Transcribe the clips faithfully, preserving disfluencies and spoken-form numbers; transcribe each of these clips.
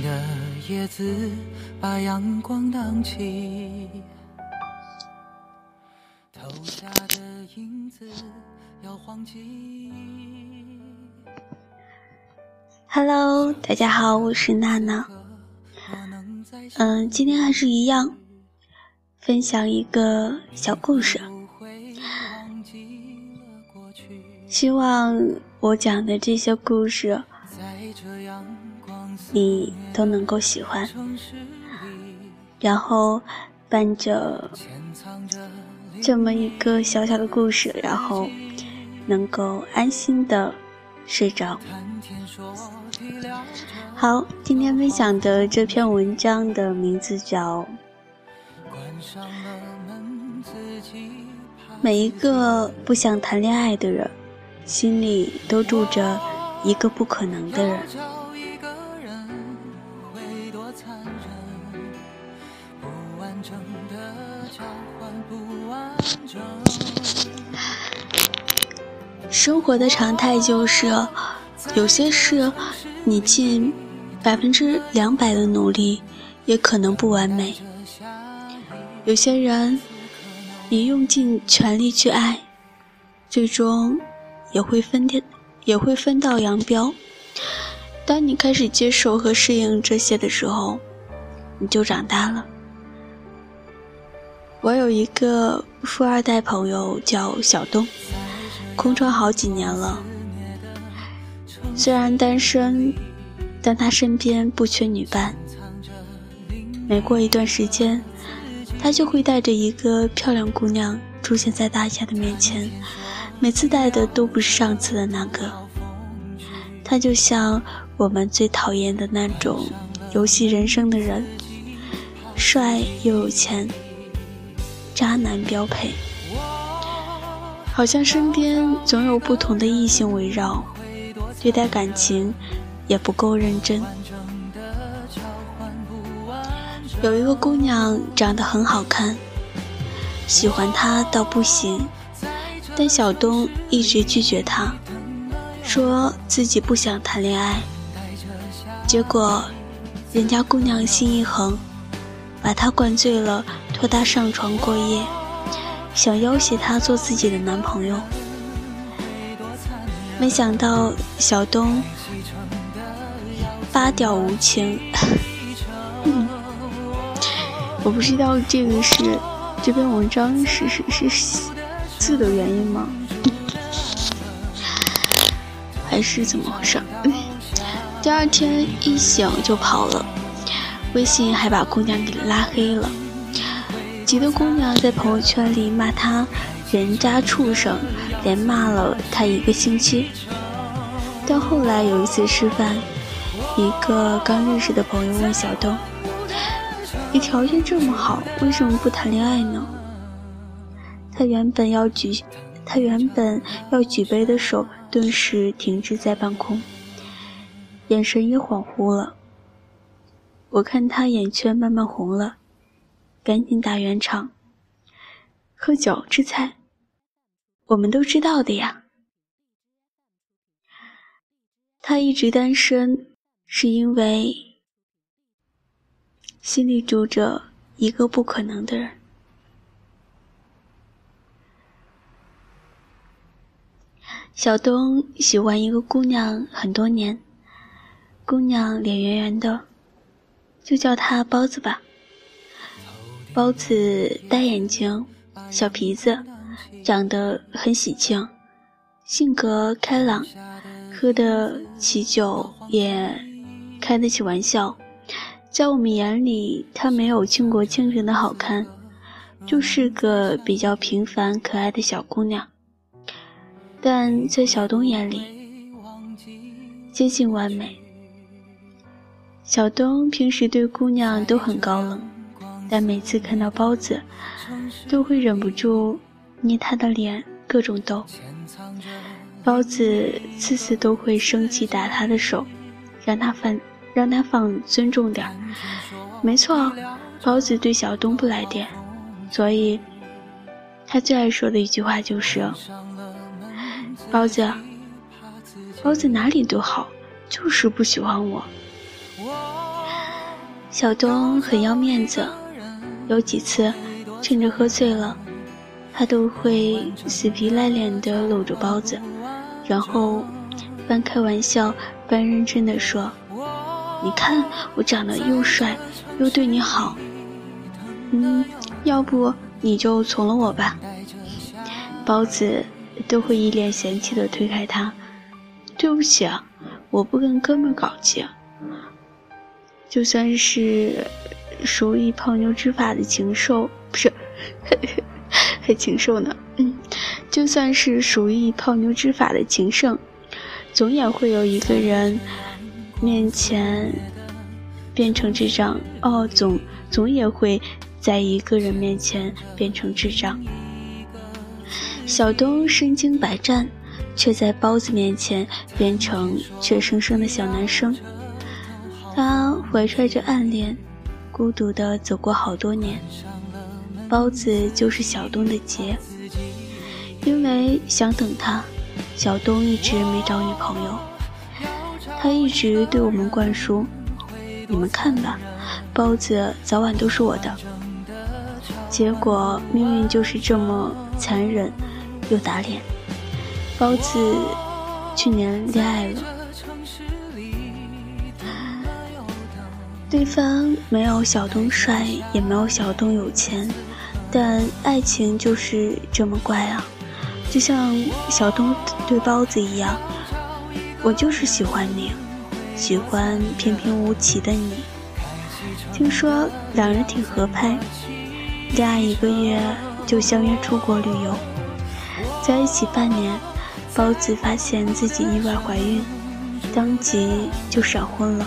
的叶子把阳光荡起，投下的影子摇晃起。 Hello， 大家好，我是娜娜。嗯，今天还是一样，分享一个小故事。希望我讲的这些故事你都能够喜欢，然后伴着这么一个小小的故事，然后能够安心的睡着。好，今天分享的这篇文章的名字叫每一个不想谈恋爱的人心里都住着一个不可能的人。生活的常态就是有些事你尽百分之两百的努力也可能不完美，有些人你用尽全力去爱，最终也会分掉也会分道扬镳。当你开始接受和适应这些的时候，你就长大了。我有一个富二代朋友叫小东，空窗好几年了，虽然单身，但他身边不缺女伴。每过一段时间，他就会带着一个漂亮姑娘出现在大家的面前，每次带的都不是上次的那个。他就像我们最讨厌的那种游戏人生的人，帅又有钱，渣男标配，好像身边总有不同的异性围绕，对待感情也不够认真。有一个姑娘长得很好看，喜欢她到不行，但小东一直拒绝她，说自己不想谈恋爱。结果人家姑娘心一横，把他灌醉了，拖他上床过夜，想要挟他做自己的男朋友。没想到小东八吊无情嗯，我不知道这个是这篇文章是是是字的原因吗？还是怎么回事？第二天一醒就跑了，微信还把姑娘给拉黑了，急得姑娘在朋友圈里骂他人渣畜生，连骂了他一个星期。到后来有一次吃饭，一个刚认识的朋友问小东，你条件这么好，为什么不谈恋爱呢？他原本要举他原本要举杯的手顿时停滞在半空，眼神也恍惚了。我看他眼圈慢慢红了，赶紧打圆场，喝酒吃菜，我们都知道的呀。他一直单身，是因为心里住着一个不可能的人。小东喜欢一个姑娘很多年，姑娘脸圆圆的，就叫她包子吧。包子大眼睛，小鼻子，长得很喜庆，性格开朗，喝得起酒也开得起玩笑。在我们眼里，她没有倾国倾城的好看，就是个比较平凡可爱的小姑娘。但在小东眼里，接近完美。小东平时对姑娘都很高冷，但每次看到包子，都会忍不住捏她的脸，各种逗。包子次次都会生气打她的手，让她放让她放尊重点。没错，包子对小东不来电，所以他最爱说的一句话就是包子包子哪里都好，就是不喜欢我。 小东很要面子，有几次趁着喝醉了，他都会死皮赖脸地搂着包子，然后半开玩笑半认真地说，你看我长得又帅又对你好，嗯，要不你就从了我吧。包子都会一脸嫌弃地推开他，对不起啊，我不跟哥们搞基。就算是熟于泡妞之法的禽兽，不是还禽兽呢，嗯，就算是熟于泡妞之法的情圣，总也会有一个人面前变成智障哦，总总也会在一个人面前变成智障。小东身经百战，却在包子面前变成怯生生的小男生。他怀揣着暗恋，孤独地走过好多年。包子就是小东的劫，因为想等他，小东一直没找女朋友。他一直对我们灌输，你们看吧，包子早晚都是我的。结果命运就是这么残忍又打脸，包子去年恋爱了，对方没有小东帅，也没有小东有钱，但爱情就是这么怪啊，就像小东对包子一样，我就是喜欢你，喜欢平平无奇的你。听说两人挺合拍，恋爱一个月就相约出国旅游。在一起半年，包子发现自己意外怀孕，当即就闪婚了。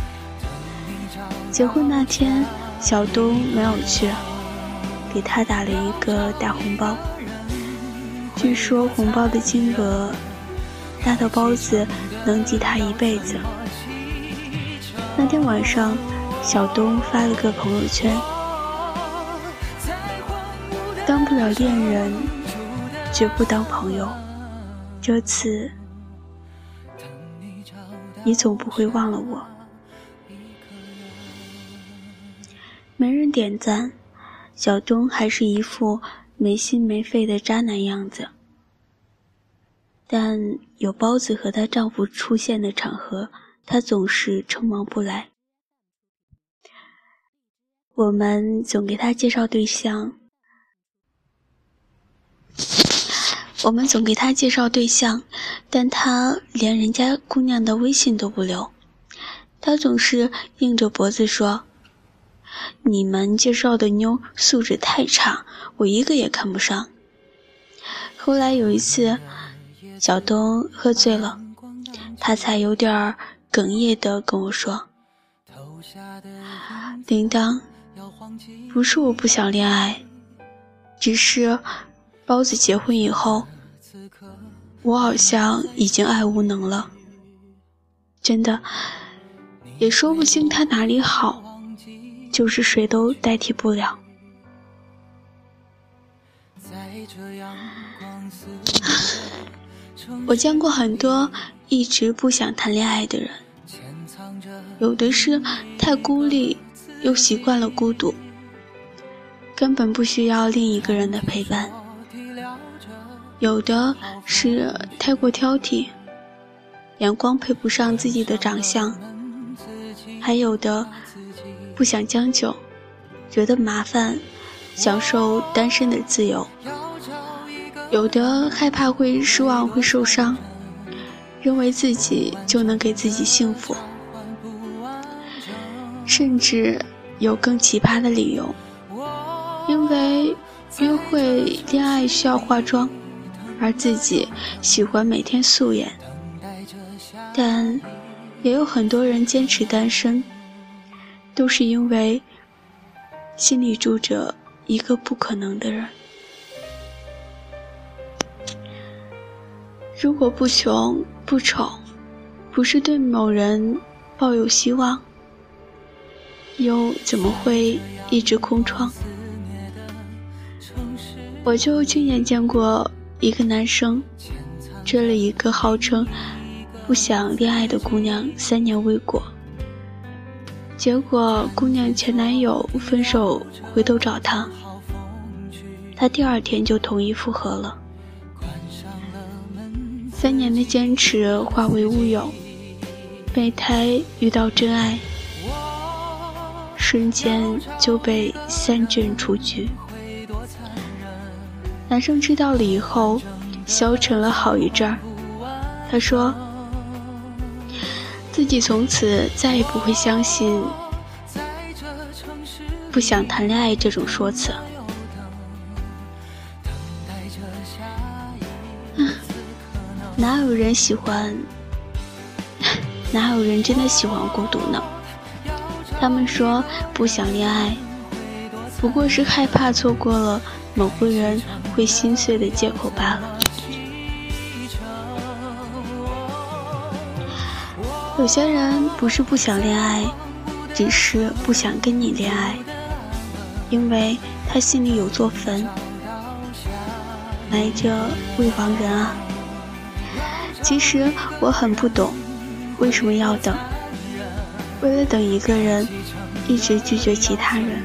结婚那天，小东没有去，给他打了一个大红包。据说红包的金额大到包子能记他一辈子。那天晚上，小东发了个朋友圈，当不了恋人，绝不当朋友，这次你总不会忘了我。没人点赞，小东还是一副没心没肺的渣男样子。但有包子和她丈夫出现的场合，她总是匆忙不来。我们总给她介绍对象，我们总给她介绍对象，但她连人家姑娘的微信都不留。她总是硬着脖子说，你们介绍的妞素质太差，我一个也看不上。后来有一次，小东喝醉了，他才有点哽咽地跟我说，铃铛，不是我不想恋爱，只是包子结婚以后，我好像已经爱无能了。真的，也说不清他哪里好，就是谁都代替不了。我见过很多一直不想谈恋爱的人，有的是太孤立又习惯了孤独，根本不需要另一个人的陪伴，有的是太过挑剔，眼光配不上自己的长相，还有的不想将就，觉得麻烦，享受单身的自由，有的害怕会失望会受伤，认为自己就能给自己幸福，甚至有更奇葩的理由，因为约会恋爱需要化妆，而自己喜欢每天素颜。但也有很多人坚持单身，都是因为心里住着一个不可能的人。如果不穷不丑，不是对某人抱有希望，又怎么会一直空窗？我就亲眼见过一个男生追了一个号称不想恋爱的姑娘三年未果， 结果姑娘前男友分手回头找她，她第二天就同意复合了。三年的坚持化为乌有，备胎遇到真爱，瞬间就被三振出局。男生知道了以后消沉了好一阵儿，他说自己从此再也不会相信不想谈恋爱这种说辞。哪有人喜欢哪有人真的喜欢孤独呢？他们说不想恋爱，不过是害怕错过了某个人会心碎的借口罢了。有些人不是不想恋爱，只是不想跟你恋爱，因为他心里有座坟，埋着未亡人啊。其实我很不懂为什么要等，为了等一个人一直拒绝其他人。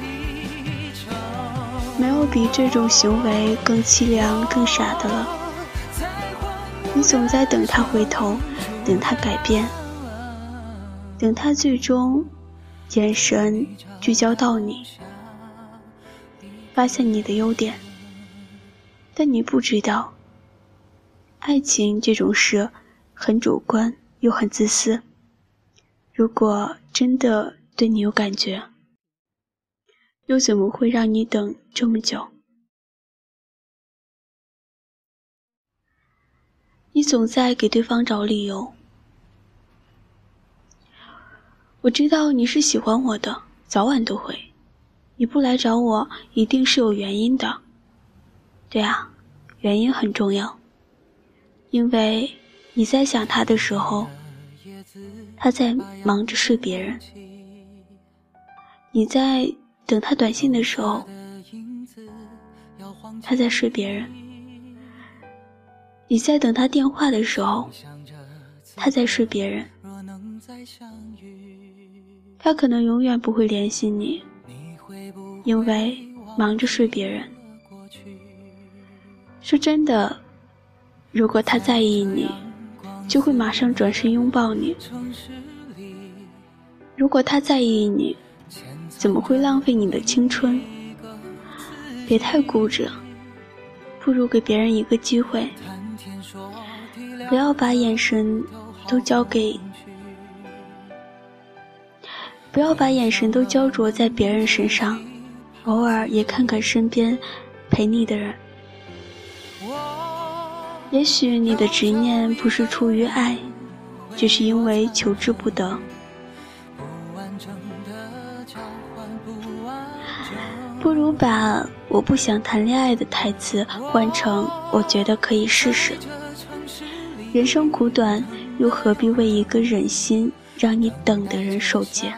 没有比这种行为更凄凉更傻的了。你总在等他回头，等他改变，等他最终眼神聚焦到你，发现你的优点。但你不知道，爱情这种事很主观又很自私。如果真的对你有感觉，又怎么会让你等这么久？你总在给对方找理由。我知道你是喜欢我的，早晚都会。你不来找我，一定是有原因的。对啊，原因很重要。因为你在想他的时候，他在忙着睡别人；你在等他短信的时候，他在睡别人；你在等他电话的时候，他在睡别人。他可能永远不会联系你，因为忙着睡别人。说真的，如果他在意你，就会马上转身拥抱你。如果他在意你，怎么会浪费你的青春？别太固执，不如给别人一个机会。不要把眼神都交给不要把眼神都焦灼在别人身上，偶尔也看看身边陪你的人。也许你的执念不是出于爱，只是因为求之不得。不如把我不想谈恋爱的台词换成我觉得可以试试。人生苦短，又何必为一个忍心让你等的人受戒？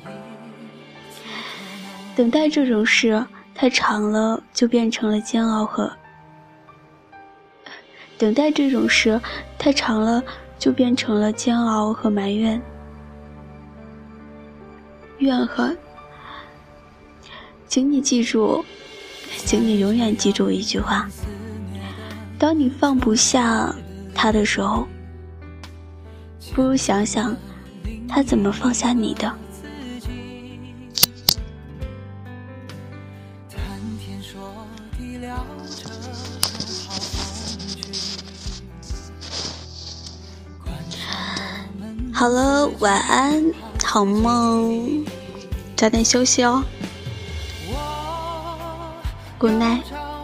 等待这种事太长了，就变成了煎熬和等待这种事太长了，就变成了煎熬和埋怨、怨恨。请你记住，请你永远记住一句话：当你放不下他的时候，不如想想他怎么放下你的。好了，晚安，好梦，早点休息哦。Good night。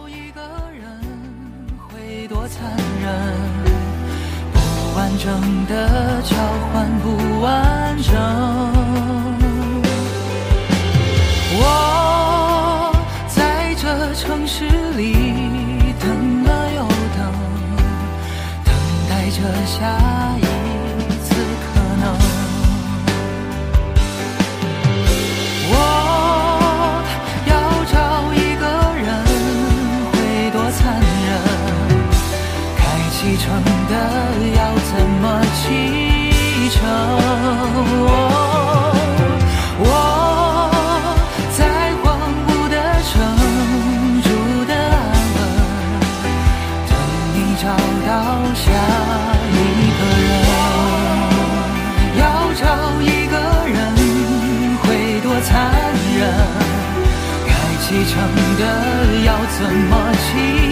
不完整的交换不完整，我在这城市里等了又等，等待着下一次可能。我要找一个人会多残忍，开启程的要怎么起成的要怎么期